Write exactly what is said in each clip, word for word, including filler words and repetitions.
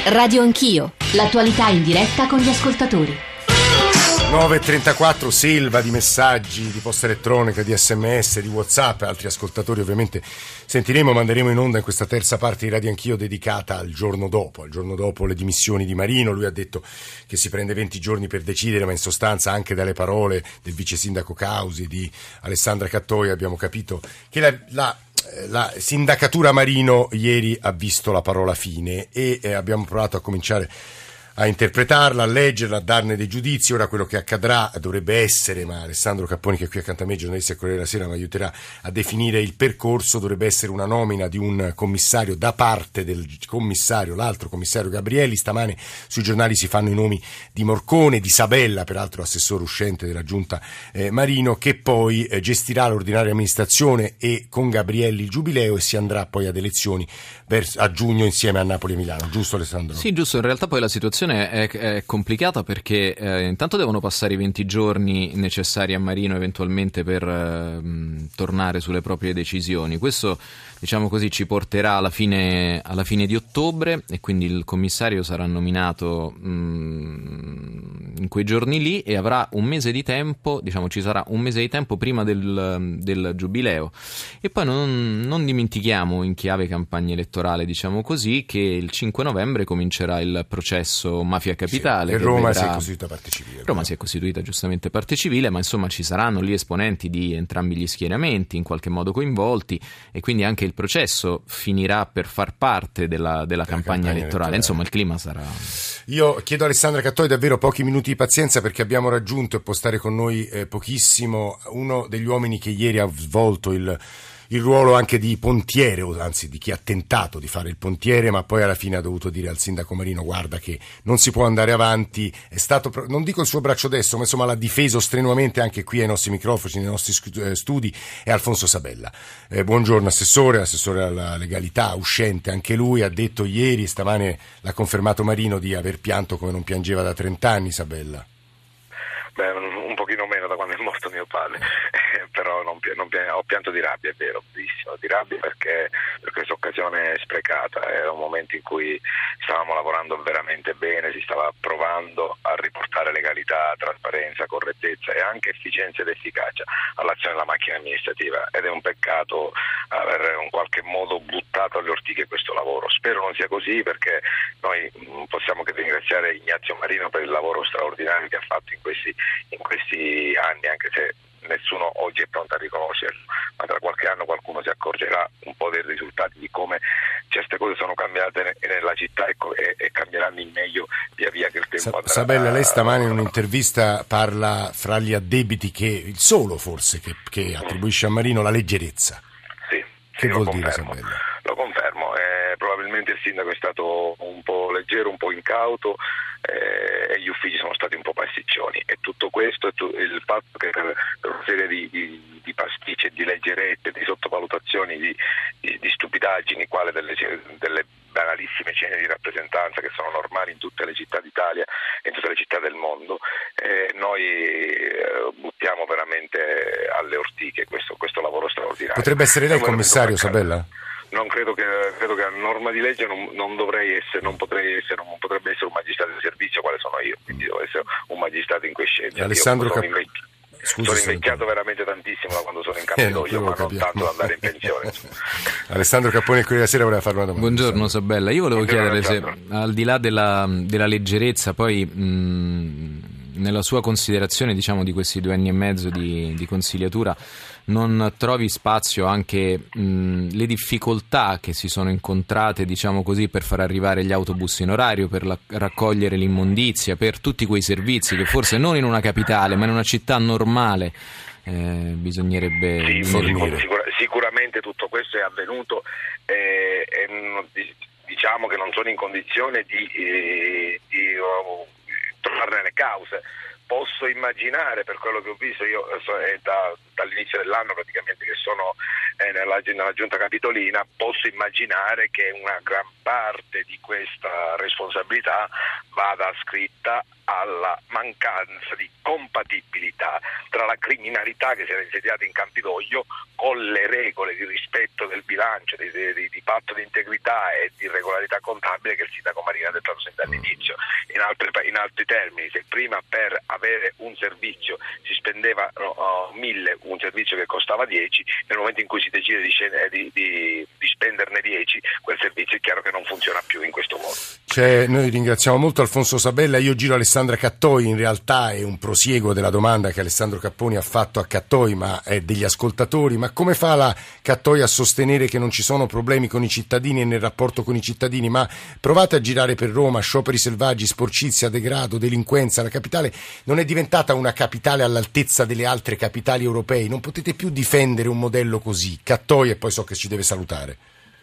Radio Anch'io, l'attualità in diretta con gli ascoltatori. nove e trentaquattro, selva di messaggi, di posta elettronica, di sms, di WhatsApp, altri ascoltatori ovviamente sentiremo, manderemo in onda in questa terza parte di Radio Anch'io dedicata al giorno dopo, al giorno dopo le dimissioni di Marino. Lui ha detto che si prende venti giorni per decidere, ma in sostanza anche dalle parole del vice sindaco Causi, di Alessandra Cattoia, abbiamo capito che la, la La sindacatura Marino ieri ha visto la parola fine e eh, abbiamo provato a cominciare a interpretarla, a leggerla, a darne dei giudizi. Ora quello che accadrà dovrebbe essere, ma Alessandro Capponi, che è qui accanto a me, giornalista del Corriere della Sera, mi aiuterà a definire il percorso, dovrebbe essere una nomina di un commissario da parte del commissario, l'altro commissario Gabrielli. Stamane sui giornali si fanno i nomi di Morcone, di Sabella, peraltro assessore uscente della giunta eh, Marino, che poi eh, gestirà l'ordinaria amministrazione e con Gabrielli il giubileo, e si andrà poi ad elezioni vers- a giugno insieme a Napoli e Milano. Giusto, Alessandro? Sì, giusto. In realtà poi la situazione È, è complicata perché eh, intanto devono passare i venti giorni necessari a Marino eventualmente per eh, tornare sulle proprie decisioni. Questo, diciamo così, ci porterà alla fine, alla fine di ottobre, e quindi il commissario sarà nominato mh, in quei giorni lì e avrà un mese di tempo, diciamo ci sarà un mese di tempo prima del, del giubileo. E poi non, non dimentichiamo, in chiave campagna elettorale diciamo così, che il cinque novembre comincerà il processo Mafia Capitale. Sì, e che Roma vedrà... si è costituita parte civile. Roma si è costituita giustamente parte civile, ma insomma ci saranno lì esponenti di entrambi gli schieramenti in qualche modo coinvolti, e quindi anche il processo finirà per far parte della, della campagna, campagna elettorale. elettorale. Insomma, il clima sarà... Io chiedo a Alessandra Cattoi davvero pochi minuti di pazienza, perché abbiamo raggiunto, e può stare con noi eh, pochissimo, uno degli uomini che ieri ha svolto il il ruolo anche di pontiere, o anzi di chi ha tentato di fare il pontiere, ma poi alla fine ha dovuto dire al sindaco Marino: guarda che non si può andare avanti. È stato, non dico il suo braccio destro, ma insomma l'ha difeso strenuamente anche qui ai nostri microfoni, nei nostri studi, è Alfonso Sabella. Eh, buongiorno assessore, assessore alla legalità, uscente anche lui. Ha detto ieri, stamane l'ha confermato Marino, di aver pianto come non piangeva da trent'anni. Sabella. Beh, un pochino meno da quando è morto mio padre, eh, però non, non, ho pianto di rabbia, è vero, benissimo, di rabbia perché per questa occasione sprecata. Era un momento in cui stavamo lavorando veramente bene, si stava provando a riportare legalità, trasparenza, correttezza e anche efficienza ed efficacia all'azione della macchina amministrativa, ed è un peccato aver in qualche modo buttato alle ortiche questo lavoro. Spero non sia così, perché noi non possiamo che ringraziare Ignazio Marino per il lavoro straordinario che ha fatto in questi in questi anni, anche se nessuno oggi è pronto a riconoscerlo, ma tra qualche anno qualcuno si accorgerà un po' dei risultati, di come certe cose sono cambiate nella città e, e cambieranno in meglio via via che il tempo andrà. Sabella, lei stamane in un'intervista parla, fra gli addebiti, che il solo forse che, che attribuisce a Marino, la leggerezza. Sì, che sì, vuol lo dire, confermo. Sabella? Lo confermo, eh, probabilmente il sindaco è stato un po' leggero, un po' incauto, eh, e gli uffici sono stati un po' pasticcioni, e tutto questo è tu, il fatto che per, per una serie di, di, di pasticce, di leggerezze, di sottovalutazioni, di, di, di stupidaggini, quale delle, delle banalissime cene di rappresentanza che sono normali in tutte le città d'Italia e in tutte le città del mondo, eh, noi eh, buttiamo veramente alle ortiche questo, questo lavoro straordinario. Potrebbe essere lei commissario, Sabella? Non credo che credo che a norma di legge non, non dovrei essere, non potrei essere, non potrebbe essere un magistrato di servizio quale sono io, quindi devo essere un magistrato in quiescenza. Alessandro Io sono, Cap- invecchi- Scusi, sono sono invecchiato in... veramente tantissimo da quando sono in Campidoglio, eh, ma capiamo. non tanto da andare in pensione. Alessandro Capponi, il Corriere della Sera, voleva fare una domanda. Buongiorno Sabella, io volevo Buongiorno, chiedere se, Alessandro. al di là della, della leggerezza, poi mh, nella sua considerazione, diciamo, di questi due anni e mezzo di, di consigliatura, non trovi spazio anche mh, le difficoltà che si sono incontrate, diciamo così, per far arrivare gli autobus in orario, per la, raccogliere l'immondizia, per tutti quei servizi che forse non in una capitale ma in una città normale eh, bisognerebbe, Sì, bisognerebbe... sicura, sicuramente tutto questo è avvenuto, eh, e diciamo che non sono in condizione di, eh, di oh, trovarne le cause. Posso immaginare, per quello che ho visto, io è da, dall'inizio dell'anno praticamente che sono eh, nella, nella giunta capitolina, posso immaginare che una gran parte di questa responsabilità vada ascritta alla mancanza di compatibilità tra la criminalità che si era insediata in Campidoglio con le regole di rispetto del bilancio, di, di, di patto di integrità e di regolarità contabile che il sindaco Marino ha dettato sin dall'inizio. In altri, in altri termini, se prima per avere un servizio si spendevano mille, un servizio che costava dieci, nel momento in cui si decide di, di, di, di spenderne dieci, quel servizio è chiaro che non funziona più in questo modo. Cioè, noi ringraziamo molto Alfonso Sabella, io giro Alessandra Cattoi, in realtà è un prosieguo della domanda che Alessandro Capponi ha fatto a Cattoi, ma è degli ascoltatori. Ma come fa la Cattoi a sostenere che non ci sono problemi con i cittadini e nel rapporto con i cittadini? Ma provate a girare per Roma, scioperi selvaggi, sporcizia, degrado, delinquenza. La capitale non è diventata una capitale all'altezza delle altre capitali europee. Non potete più difendere un modello così. Cattoi, e poi so che ci deve salutare.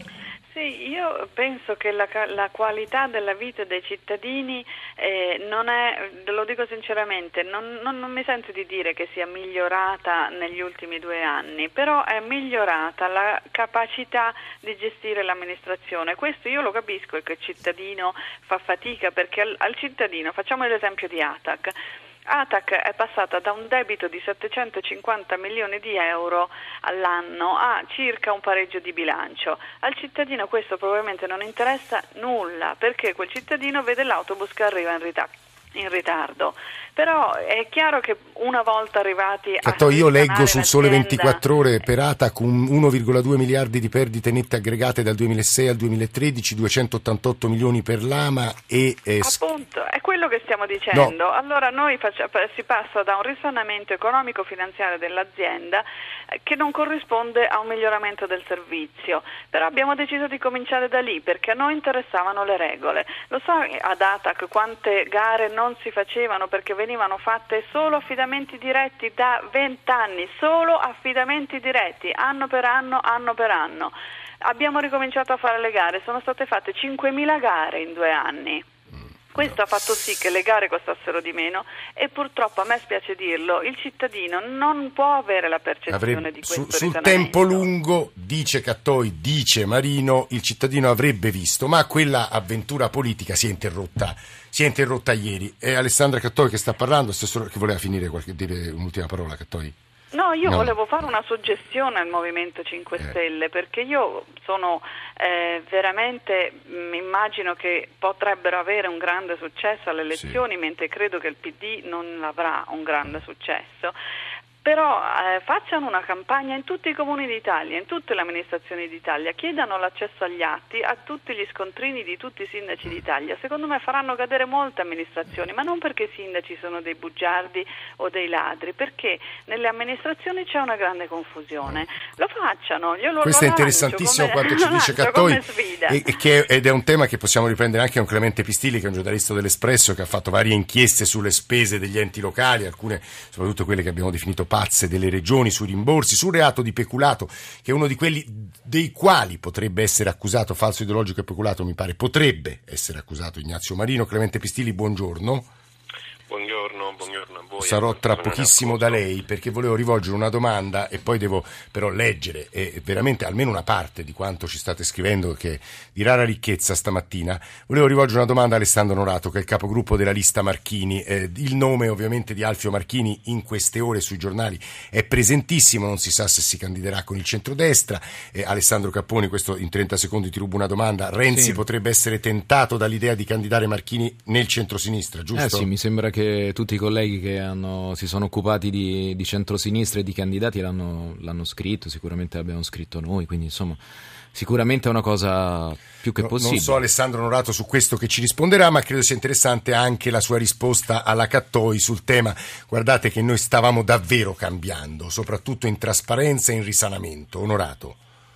Sì, io penso che la, la qualità della vita dei cittadini eh, non è, lo dico sinceramente, non, non, non mi sento di dire che sia migliorata negli ultimi due anni, però è migliorata la capacità di gestire l'amministrazione. Questo io lo capisco che il cittadino fa fatica, perché al, al cittadino, facciamo l'esempio di Atac, Atac è passata da un debito di settecentocinquanta milioni di euro all'anno a circa un pareggio di bilancio. Al cittadino questo probabilmente non interessa nulla, perché quel cittadino vede l'autobus che arriva in ritardo. in ritardo. Però è chiaro che una volta arrivati a Cattoi, io leggo sul Sole l'azienda... ventiquattro Ore per Atac uno virgola due miliardi di perdite nette aggregate dal duemilasei al duemilatredici, duecentottantotto milioni per l'Ama e... Eh, Appunto, è quello che stiamo dicendo. No. Allora noi faccia, si passa da un risanamento economico-finanziario dell'azienda eh, che non corrisponde a un miglioramento del servizio. Però abbiamo deciso di cominciare da lì, perché a noi interessavano le regole. Lo so ad Atac quante gare non si facevano perché venivano fatte solo affidamenti diretti da vent'anni, solo affidamenti diretti, anno per anno, anno per anno. Abbiamo ricominciato a fare le gare, sono state fatte cinquemila gare in due anni. Questo ha fatto sì che le gare costassero di meno e purtroppo, a me spiace dirlo, il cittadino non può avere la percezione avrebbe, di questo su, sul risanamento. tempo lungo, dice Cattoi, dice Marino, il cittadino avrebbe visto, ma quella avventura politica si è interrotta, si è interrotta ieri. È Alessandra Cattoi che sta parlando, stesso che voleva finire qualche, dire un'ultima parola, Cattoi. No, io no. volevo fare una suggestione al Movimento cinque Eh. Stelle, perché io sono eh, veramente, mi immagino che potrebbero avere un grande successo alle elezioni, sì. Mentre credo che il P D non avrà un grande successo. Però eh, facciano una campagna in tutti i comuni d'Italia, in tutte le amministrazioni d'Italia, chiedano l'accesso agli atti a tutti gli scontrini di tutti i sindaci d'Italia. Secondo me faranno cadere molte amministrazioni, ma non perché i sindaci sono dei bugiardi o dei ladri, perché nelle amministrazioni c'è una grande confusione. Lo facciano, io lo Questo lo è interessantissimo come, quanto ci dice Cattoi, e, e che, ed è un tema che possiamo riprendere anche con Clemente Pistilli, che è un giornalista dell'Espresso che ha fatto varie inchieste sulle spese degli enti locali, alcune soprattutto quelle che abbiamo definito pazze delle regioni, sui rimborsi, sul reato di peculato, che è uno di quelli dei quali potrebbe essere accusato, falso ideologico e peculato, mi pare, potrebbe essere accusato Ignazio Marino. Clemente Pistilli, buongiorno. Buongiorno, buongiorno a voi. Sarò tra pochissimo da lei perché volevo rivolgere una domanda e poi devo però leggere e veramente almeno una parte di quanto ci state scrivendo, che è di rara ricchezza stamattina. Volevo rivolgere una domanda a Alessandro Norato, che è il capogruppo della lista Marchini. Eh, il nome ovviamente di Alfio Marchini in queste ore sui giornali è presentissimo, non si sa se si candiderà con il centrodestra. Eh, Alessandro Capponi, questo in trenta secondi ti rubo una domanda. Renzi sì. potrebbe essere tentato dall'idea di candidare Marchini nel centrosinistra, giusto? Eh sì, mi sembra che che tutti i colleghi che hanno, si sono occupati di, di centrosinistra e di candidati l'hanno, l'hanno scritto, sicuramente abbiamo scritto noi, quindi insomma sicuramente è una cosa più che possibile. Non so Alessandro Norato su questo che ci risponderà, ma credo sia interessante anche la sua risposta alla Cattoi sul tema. Guardate che noi stavamo davvero cambiando, soprattutto in trasparenza e in risanamento. Onorato.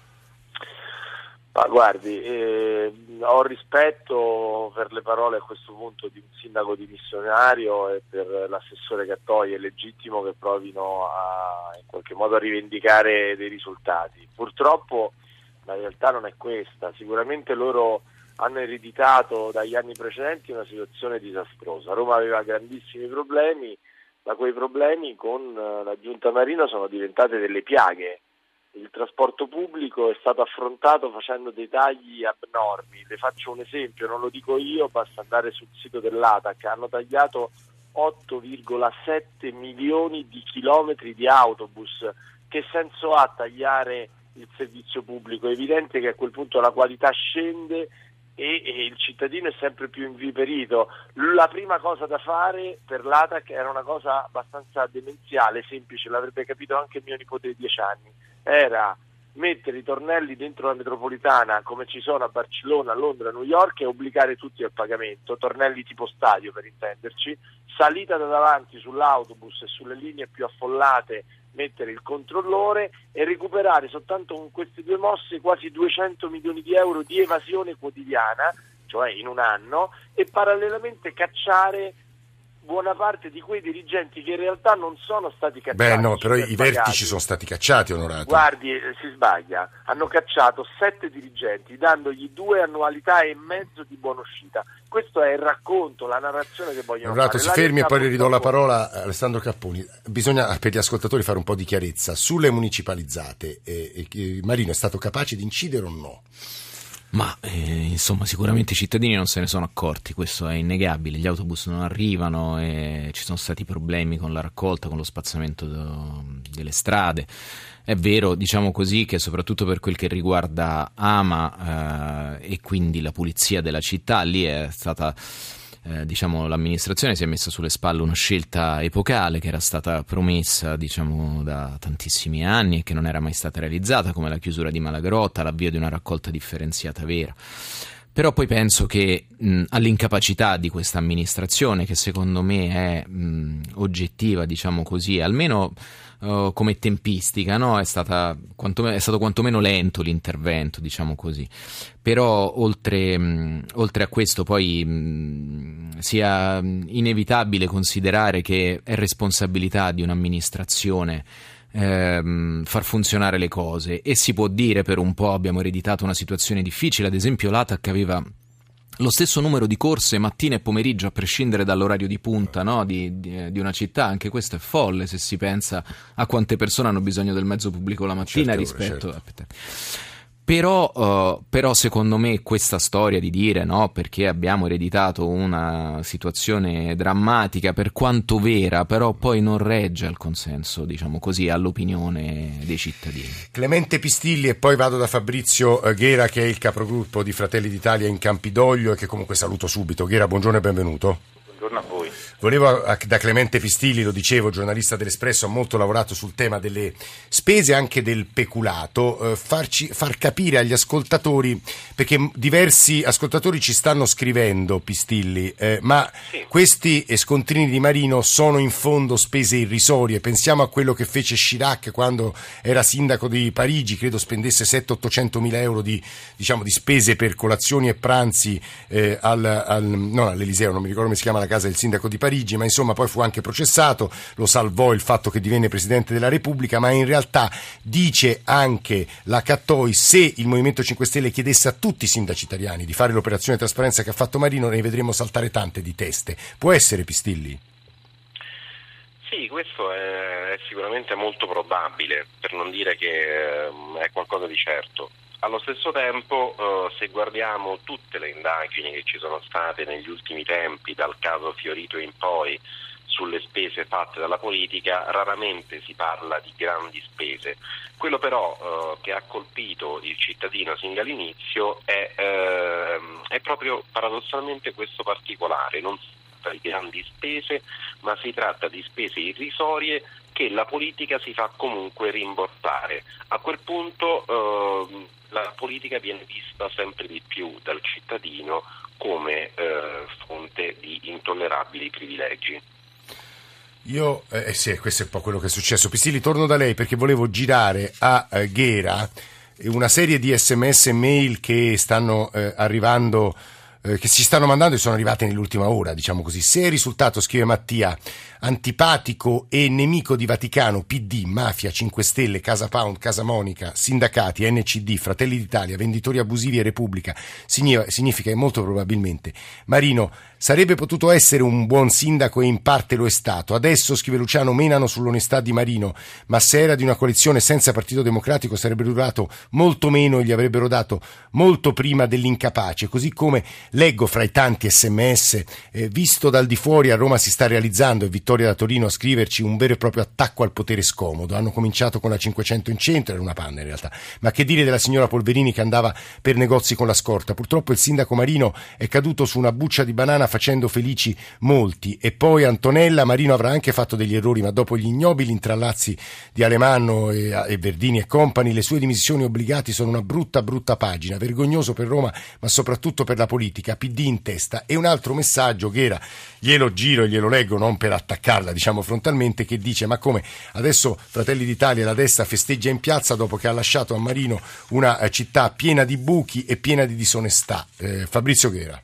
Ma guardi, eh, ho rispetto per le parole a questo punto di un sindaco dimissionario e per l'assessore Cattoi. È legittimo che provino a, in qualche modo a rivendicare dei risultati. Purtroppo la realtà non è questa. Sicuramente loro hanno ereditato dagli anni precedenti una situazione disastrosa. Roma aveva grandissimi problemi, ma quei problemi con la Giunta Marino sono diventate delle piaghe. il trasporto pubblico è stato affrontato facendo dei tagli abnormi. Le faccio un esempio, non lo dico io, basta andare sul sito dell'A T A C. Hanno tagliato otto virgola sette milioni di chilometri di autobus. Che senso ha tagliare il servizio pubblico? È evidente che a quel punto la qualità scende e, e il cittadino è sempre più inviperito. La prima cosa da fare per l'A T A C era una cosa abbastanza demenziale, semplice, l'avrebbe capito anche mio nipote di dieci anni, era mettere i tornelli dentro la metropolitana come ci sono a Barcellona, Londra, New York e obbligare tutti al pagamento, tornelli tipo stadio per intenderci, salita da davanti sull'autobus e sulle linee più affollate mettere il controllore e recuperare soltanto con queste due mosse quasi duecento milioni di euro di evasione quotidiana, cioè in un anno, e parallelamente cacciare buona parte di quei dirigenti che in realtà non sono stati cacciati. Beh no, però i sbagliati. vertici sono stati cacciati, Onorato. Guardi, eh, si sbaglia, hanno cacciato sette dirigenti dandogli due annualità e mezzo di buonuscita. Questo è il racconto, la narrazione che vogliono Onorato, fare. si fermi e poi le ridò la purtroppo... parola a Alessandro Capponi. Bisogna per gli ascoltatori fare un po' di chiarezza sulle municipalizzate. Eh, eh, Marino è stato capace di incidere o no? Ma eh, insomma sicuramente i cittadini non se ne sono accorti, questo è innegabile, gli autobus non arrivano e ci sono stati problemi con la raccolta, con lo spazzamento do, delle strade. È vero, diciamo così, che soprattutto per quel che riguarda Ama eh, e quindi la pulizia della città, lì è stata... Eh, diciamo l'amministrazione si è messa sulle spalle una scelta epocale che era stata promessa diciamo da tantissimi anni e che non era mai stata realizzata, come la chiusura di Malagrotta, l'avvio di una raccolta differenziata vera. Però poi penso che mh, all'incapacità di questa amministrazione, che secondo me è mh, oggettiva, diciamo così, almeno uh, come tempistica, no? È stata quantomeno, è stato quantomeno lento l'intervento, diciamo così. Però oltre, mh, oltre a questo poi mh, sia inevitabile considerare che è responsabilità di un'amministrazione Ehm, far funzionare le cose, e si può dire per un po' abbiamo ereditato una situazione difficile. Ad esempio l'A T A C aveva lo stesso numero di corse mattina e pomeriggio a prescindere dall'orario di punta, no? di, di, di una città. Anche questo è folle se si pensa a quante persone hanno bisogno del mezzo pubblico la mattina, Certe rispetto ore, certo. a... Però, uh, però secondo me questa storia di dire no, perché abbiamo ereditato una situazione drammatica, per quanto vera, però poi non regge al consenso, diciamo così, all'opinione dei cittadini. Clemente Pistilli, e poi vado da Fabrizio Ghera, che è il capogruppo di Fratelli d'Italia in Campidoglio e che comunque saluto subito. Ghera, buongiorno e benvenuto. Buongiorno a voi. Volevo, da Clemente Pistilli, lo dicevo, giornalista dell'Espresso, ha molto lavorato sul tema delle spese, anche del peculato, eh, farci, far capire agli ascoltatori, perché diversi ascoltatori ci stanno scrivendo, Pistilli, eh, ma sì. Questi scontrini di Marino sono in fondo spese irrisorie. Pensiamo a quello che fece Chirac quando era sindaco di Parigi, credo spendesse settecento ottocento mila euro di, diciamo, di spese per colazioni e pranzi eh, al, al, non all'Eliseo, non mi ricordo come si chiama la casa del sindaco di Parigi, ma insomma poi fu anche processato, lo salvò il fatto che divenne Presidente della Repubblica. Ma in realtà dice anche la Cattoi, se il Movimento cinque Stelle chiedesse a tutti i sindaci italiani di fare l'operazione trasparenza che ha fatto Marino, ne vedremo saltare tante di teste. Può essere, Pistilli? Sì, questo è sicuramente molto probabile, per non dire che è qualcosa di certo. Allo stesso tempo, eh, se guardiamo tutte le indagini che ci sono state negli ultimi tempi, dal caso Fiorito in poi, sulle spese fatte dalla politica, raramente si parla di grandi spese. Quello però eh, che ha colpito il cittadino sin dall'inizio è, eh, è proprio paradossalmente questo particolare. Non si tratta di grandi spese, ma si tratta di spese irrisorie che la politica si fa comunque rimborsare. A quel punto eh, la politica viene vista sempre di più dal cittadino come eh, fonte di intollerabili privilegi. Io, eh sì, questo è un po' quello che è successo. Pistilli, torno da lei perché volevo girare a eh, Ghera una serie di sms e mail che stanno eh, arrivando eh, che si stanno mandando e sono arrivate nell'ultima ora, diciamo così. Se è risultato, scrive Mattia, antipatico e nemico di Vaticano, P D, mafia, cinque Stelle, Casa Pound, Casa Monica, sindacati, N C D, Fratelli d'Italia, venditori abusivi e Repubblica, significa, significa che molto probabilmente Marino sarebbe potuto essere un buon sindaco e in parte lo è stato. Adesso, scrive Luciano, menano sull'onestà di Marino, ma se era di una coalizione senza Partito Democratico sarebbe durato molto meno e gli avrebbero dato molto prima dell'incapace. Così come leggo fra i tanti sms, eh, visto dal di fuori a Roma si sta realizzando, e Vittoria da Torino a scriverci, un vero e proprio attacco al potere scomodo. Hanno cominciato con la cinquecento in centro, era una panna in realtà, ma che dire della signora Polverini che andava per negozi con la scorta. Purtroppo il sindaco Marino è caduto su una buccia di banana facendo felici molti. E poi Antonella, Marino avrà anche fatto degli errori, ma dopo gli ignobili intrallazzi di Alemanno e, e Verdini e compagni, le sue dimissioni obbligati sono una brutta brutta pagina, vergognoso per Roma ma soprattutto per la politica, P D in testa. E un altro messaggio che era, glielo giro e glielo leggo non per attaccarla diciamo frontalmente, che dice: ma come adesso Fratelli d'Italia, la destra festeggia in piazza dopo che ha lasciato a Marino una eh, città piena di buchi e piena di disonestà. eh, Fabrizio Ghera.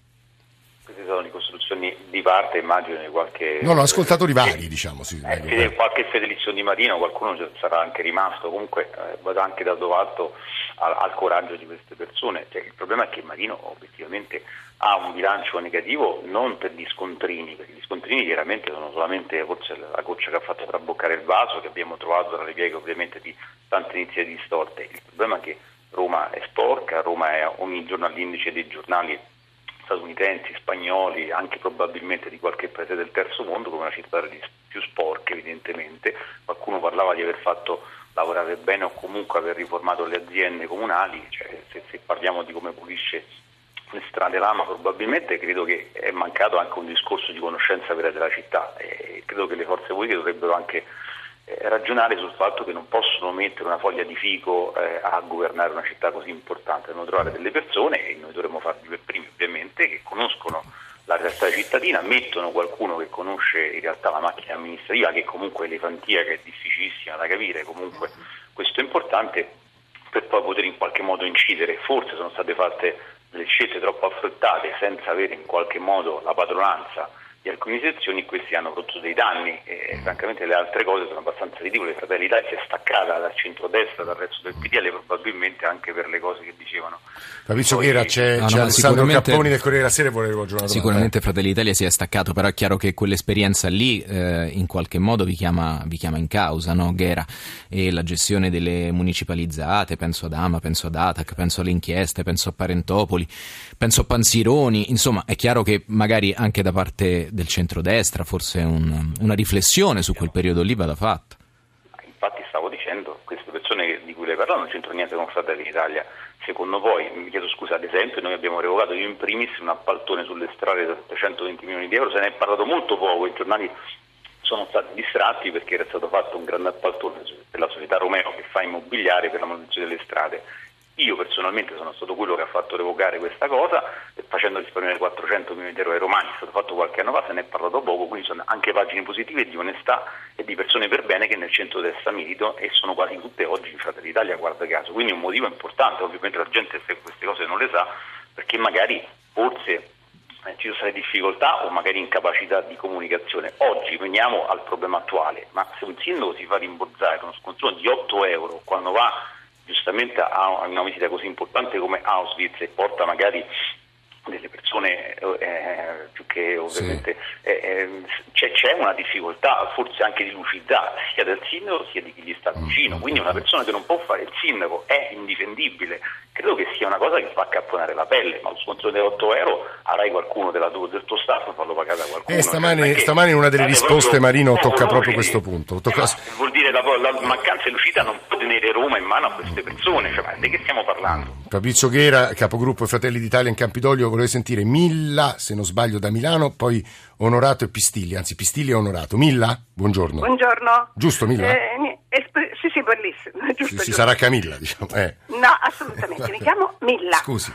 Di parte, immagino di qualche... No, no, ascoltatori vari, eh, diciamo, sì. Eh, qualche fedelizio di Marino, qualcuno sarà anche rimasto, comunque eh, vado anche dato atto al, al coraggio di queste persone. Cioè, il problema è che Marino obiettivamente ha un bilancio negativo non per gli scontrini, perché gli scontrini chiaramente sono solamente forse la goccia che ha fatto traboccare il vaso, che abbiamo trovato tra le pieghe ovviamente di tante iniziative storte. Il problema è che Roma è sporca, Roma è ogni giorno all'indice dei giornali statunitensi, spagnoli, anche probabilmente di qualche paese del terzo mondo, come una città più sporche evidentemente. Qualcuno parlava di aver fatto lavorare bene o comunque aver riformato le aziende comunali, cioè, se, se parliamo di come pulisce le strade Lama, probabilmente credo che è mancato anche un discorso di conoscenza vera della città, e credo che le forze politiche dovrebbero anche ragionare sul fatto che non possono mettere una foglia di fico eh, a governare una città così importante. Devono trovare delle persone, e noi dovremmo farli per primi ovviamente, che conoscono la realtà cittadina, mettono qualcuno che conosce in realtà la macchina amministrativa, che comunque è elefantia, che è difficilissima da capire, comunque questo è importante per poi poter in qualche modo incidere. Forse sono state fatte delle scelte troppo affrettate senza avere in qualche modo la padronanza di alcune sezioni, questi hanno prodotto dei danni, e francamente le altre cose sono abbastanza ridicole. Fratelli d'Italia si è staccata dal centrodestra, dal resto del P D L, probabilmente anche per le cose che dicevano. Fabrizio Ghera, c'è, no, c'è no, Alessandro Capponi del Corriere della Sera, volevo aggiungere una domanda. Sicuramente Fratelli d'Italia si è staccato, però è chiaro che quell'esperienza lì eh, in qualche modo vi chiama, vi chiama in causa, no Ghera? E la gestione delle municipalizzate, penso ad Ama, penso ad Atac, penso alle inchieste, penso a Parentopoli, penso a Panzironi, insomma è chiaro che magari anche da parte del centrodestra forse un, una riflessione su quel periodo lì vada fatta. Infatti stavo dicendo, queste persone di cui lei parla non c'entrano niente con Fratelli d'Italia. Secondo voi, mi chiedo scusa, ad esempio noi abbiamo revocato io in primis un appaltone sulle strade da settecentoventi milioni di euro, se ne è parlato molto poco, i giornali sono stati distratti perché era stato fatto un grande appaltone per la società Romeo che fa immobiliare per la manutenzione delle strade. Io personalmente sono stato quello che ha fatto revocare questa cosa, facendo risparmiare quattrocento milioni di euro ai romani. È stato fatto qualche anno fa, se ne è parlato poco, quindi sono anche pagine positive di onestà e di persone per bene che nel centro-destra milito, e sono quasi tutte oggi in Fratelli d'Italia, guarda caso. Quindi un motivo importante, ovviamente la gente queste cose non le sa, perché magari forse eh, ci sono state difficoltà o magari incapacità di comunicazione. Oggi veniamo al problema attuale, ma se un sindaco si fa rimborsare uno scontrone di otto euro quando va giustamente a una visita così importante come Auschwitz e porta magari delle persone eh, più che ovviamente sì. eh, c'è, c'è una difficoltà forse anche di lucidità sia del sindaco sia di chi gli sta vicino, quindi una persona che non può fare il sindaco è indifendibile. Credo che sia una cosa che fa accapponare la pelle, ma lo sconto di otto euro avrai qualcuno della tua, del tuo staff, farlo pagare da qualcuno. Eh, stamani, stamani in una delle risposte proprio, Marino tocca proprio, proprio questo punto. Tocca... Eh, vuol dire la, la mancanza di lucidità non può tenere Roma in mano a queste persone, cioè, ma di che stiamo parlando? Fabrizio Ghera, capogruppo Fratelli d'Italia in Campidoglio, volevo sentire Milla, se non sbaglio da Milano, poi Onorato e Pistilli, anzi Pistilli e Onorato. Milla, buongiorno. Buongiorno. Giusto Milla? Eh, espr- sì, sì, bellissimo. Giusto, sì, giusto. Sì, sarà Camilla, diciamo. Eh. No, assolutamente, mi chiamo Milla. Scusi.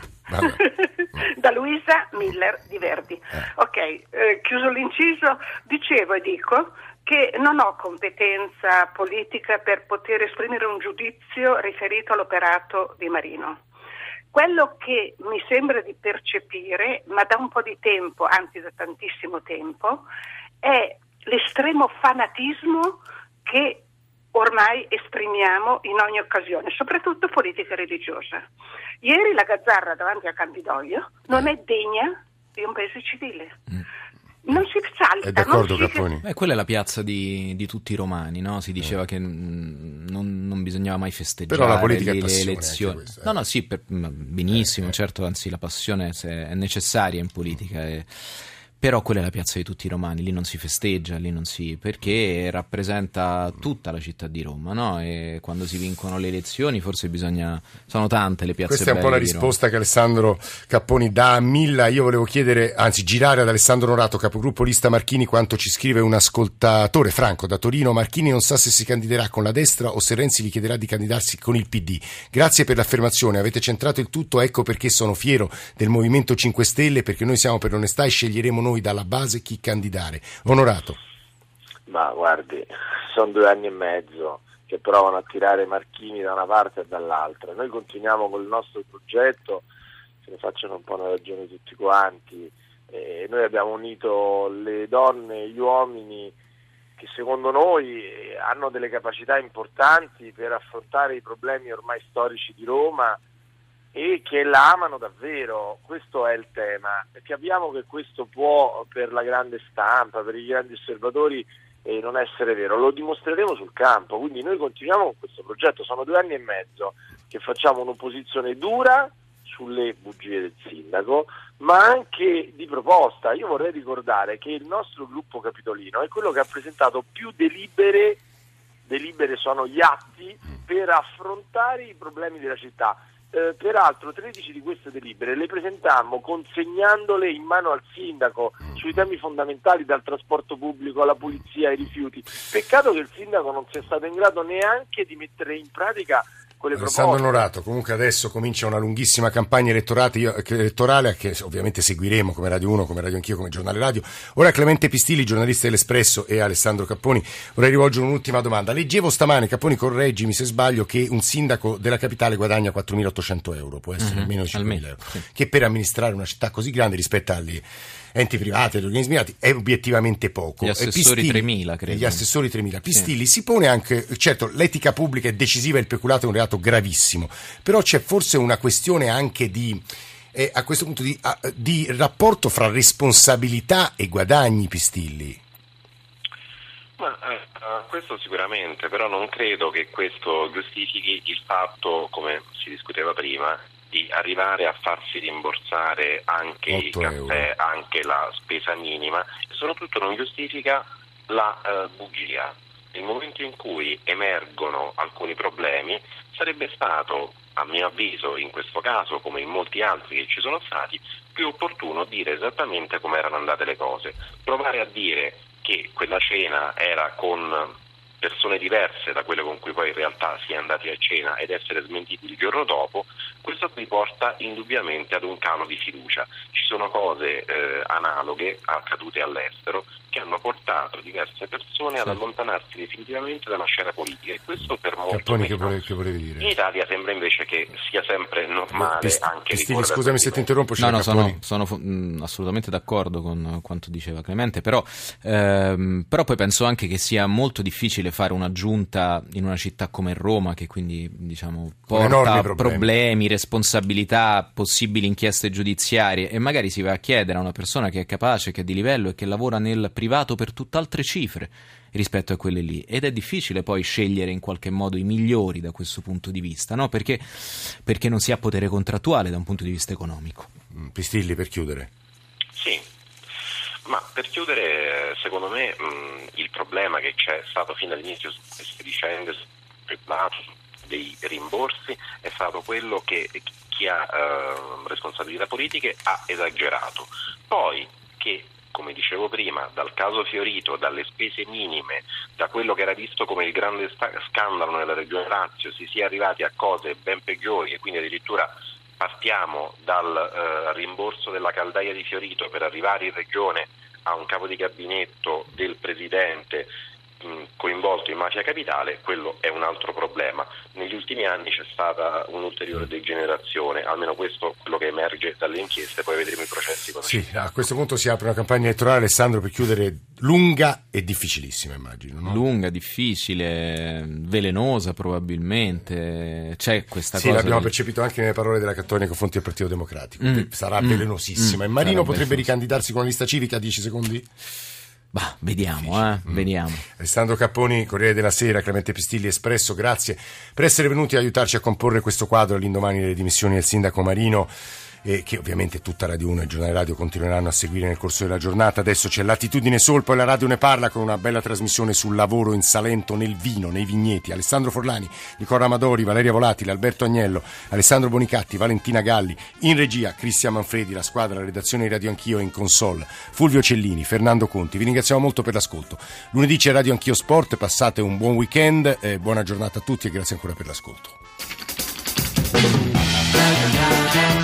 Da Luisa Miller di Verdi. Eh. Ok, eh, chiuso l'inciso, dicevo e dico che non ho competenza politica per poter esprimere un giudizio riferito all'operato di Marino. Quello che mi sembra di percepire, ma da un po' di tempo, anzi da tantissimo tempo, è l'estremo fanatismo che ormai esprimiamo in ogni occasione, soprattutto politica religiosa. Ieri la gazzarra davanti a Campidoglio non è degna di un paese civile. Mm. Non si salta. È d'accordo, non si... Capponi? Eh, quella è la piazza di, di tutti i romani, no? Si diceva eh. che non, non bisognava mai festeggiare. Però la politica le, è passione, le elezioni. questa, eh. No, no, sì, per, benissimo, eh, certo, anzi la passione è necessaria in politica. E, però quella è la piazza di tutti i romani, lì non si festeggia, lì non si... perché rappresenta tutta la città di Roma, no? E quando si vincono le elezioni forse bisogna... sono tante le piazze Questa è un po' la risposta che Alessandro Capponi dà a Milla. Io volevo chiedere, anzi girare ad Alessandro Norato, capogruppo lista Marchini, quanto ci scrive un ascoltatore, Franco, da Torino. Marchini non sa se si candiderà con la destra o se Renzi gli chiederà di candidarsi con il P D. Grazie per l'affermazione, avete centrato il tutto, ecco perché sono fiero del Movimento cinque Stelle, perché noi siamo per l'onestà e sceglieremo noi dalla base chi candidare. Onorato. Ma guardi, sono due anni e mezzo che provano a tirare Marchini da una parte e dall'altra. Noi continuiamo col nostro progetto, se ne facciano un po' una ragione tutti quanti. E noi abbiamo unito le donne e gli uomini che secondo noi hanno delle capacità importanti per affrontare i problemi ormai storici di Roma e che la amano davvero. Questo è il tema. Capiamo che questo può, per la grande stampa, per i grandi osservatori, eh, non essere vero. Lo dimostreremo sul campo, quindi noi continuiamo con questo progetto. Sono due anni e mezzo che facciamo un'opposizione dura sulle bugie del sindaco, ma anche di proposta. Io vorrei ricordare che il nostro gruppo capitolino è quello che ha presentato più delibere, delibere sono gli atti, per affrontare i problemi della città. Eh, peraltro tredici di queste delibere le presentammo consegnandole in mano al sindaco sui temi fondamentali, dal trasporto pubblico alla pulizia ai rifiuti. Peccato che il sindaco non sia stato in grado neanche di mettere in pratica quelle Alessandro proposte. Norato, comunque adesso comincia una lunghissima campagna elettorale che ovviamente seguiremo come Radio uno, come Radio Anch'io, come Giornale Radio. Ora Clemente Pistilli, giornalista dell'Espresso, e Alessandro Capponi. Vorrei rivolgere un'ultima domanda. Leggevo stamane, Capponi correggimi se sbaglio, che un sindaco della capitale guadagna quattromilaottocento euro, può essere uh-huh, almeno cinquemila euro, sì. Che per amministrare una città così grande rispetto agli enti privati, agli organismi privati, è obiettivamente poco. Gli assessori Pistilli, tremila, credo. Gli assessori tremila. Pistilli sì. si pone anche, certo, l'etica pubblica è decisiva e il peculato è un reato gravissimo, però c'è forse una questione anche di, eh, a questo punto, di, a, di rapporto fra responsabilità e guadagni, Pistilli. Ma, eh, questo sicuramente, però non credo che questo giustifichi il fatto, come si discuteva prima, di arrivare a farsi rimborsare anche il caffè, euro. Anche la spesa minima, e soprattutto non giustifica la eh, bugia. Nel momento in cui emergono alcuni problemi sarebbe stato, a mio avviso, in questo caso come in molti altri che ci sono stati, più opportuno dire esattamente come erano andate le cose. Provare a dire che quella cena era con persone diverse da quelle con cui poi in realtà si è andati a cena ed essere smentiti il giorno dopo, questo qui porta indubbiamente ad un calo di fiducia. Ci sono cose eh, analoghe accadute all'estero che hanno portato diverse persone ad allontanarsi definitivamente dalla scena politica, e questo per molto Capponi, meno. Che volevi, che volevi dire? In Italia sembra invece che sia sempre normale Pist- anche Pistini, scusami se ti interrompo. No, no, sono, sono mh, assolutamente d'accordo con quanto diceva Clemente, però, ehm, però poi penso anche che sia molto difficile fare una giunta in una città come Roma, che quindi diciamo porta problemi. problemi, responsabilità, possibili inchieste giudiziarie, e magari si va a chiedere a una persona che è capace, che è di livello e che lavora nel privato per tutt'altre cifre rispetto a quelle lì, ed è difficile poi scegliere in qualche modo i migliori da questo punto di vista, no? Perché, perché non si ha potere contrattuale da un punto di vista economico. Pistilli, per chiudere. Sì, ma per chiudere, secondo me mh, il problema che c'è stato fin dall'inizio su queste vicende dei rimborsi è stato quello che chi ha eh, responsabilità politiche ha esagerato. Poi che, come dicevo prima, dal caso Fiorito, dalle spese minime, da quello che era visto come il grande sta- scandalo nella regione Lazio, si sia arrivati a cose ben peggiori, e quindi addirittura partiamo dal eh, rimborso della caldaia di Fiorito per arrivare in regione a un capo di gabinetto del presidente coinvolto in mafia capitale, quello è un altro problema. Negli ultimi anni c'è stata un'ulteriore degenerazione, almeno questo è quello che emerge dalle inchieste, poi vedremo i processi. Sì, a questo punto si apre una campagna elettorale, Alessandro, per chiudere, lunga e difficilissima, immagino, no? Lunga, difficile, velenosa probabilmente, c'è questa sì, cosa. Sì, l'abbiamo di... percepito anche nelle parole della Cattonia nei confronti del Partito Democratico, mm, sarà mm, velenosissima. Mm, e Marino potrebbe velenosissima. ricandidarsi con la lista civica a dieci secondi? Bah, vediamo, eh, mm. vediamo. Alessandro Capponi, Corriere della Sera, Clemente Pistilli, Espresso, grazie per essere venuti a aiutarci a comporre questo quadro all'indomani delle dimissioni del sindaco Marino, e che ovviamente tutta Radio uno e il giornale radio continueranno a seguire nel corso della giornata. Adesso c'è Latitudine Sol, poi la radio ne parla con una bella trasmissione sul lavoro in Salento, nel vino, nei vigneti. Alessandro Forlani, Nicola Amadori, Valeria Volatile, Alberto Agnello, Alessandro Bonicatti, Valentina Galli, in regia Cristian Manfredi, la squadra, la redazione di Radio Anch'io in console, Fulvio Cellini, Fernando Conti. Vi ringraziamo molto per l'ascolto. Lunedì c'è Radio Anch'io Sport, passate un buon weekend, eh, buona giornata a tutti e grazie ancora per l'ascolto.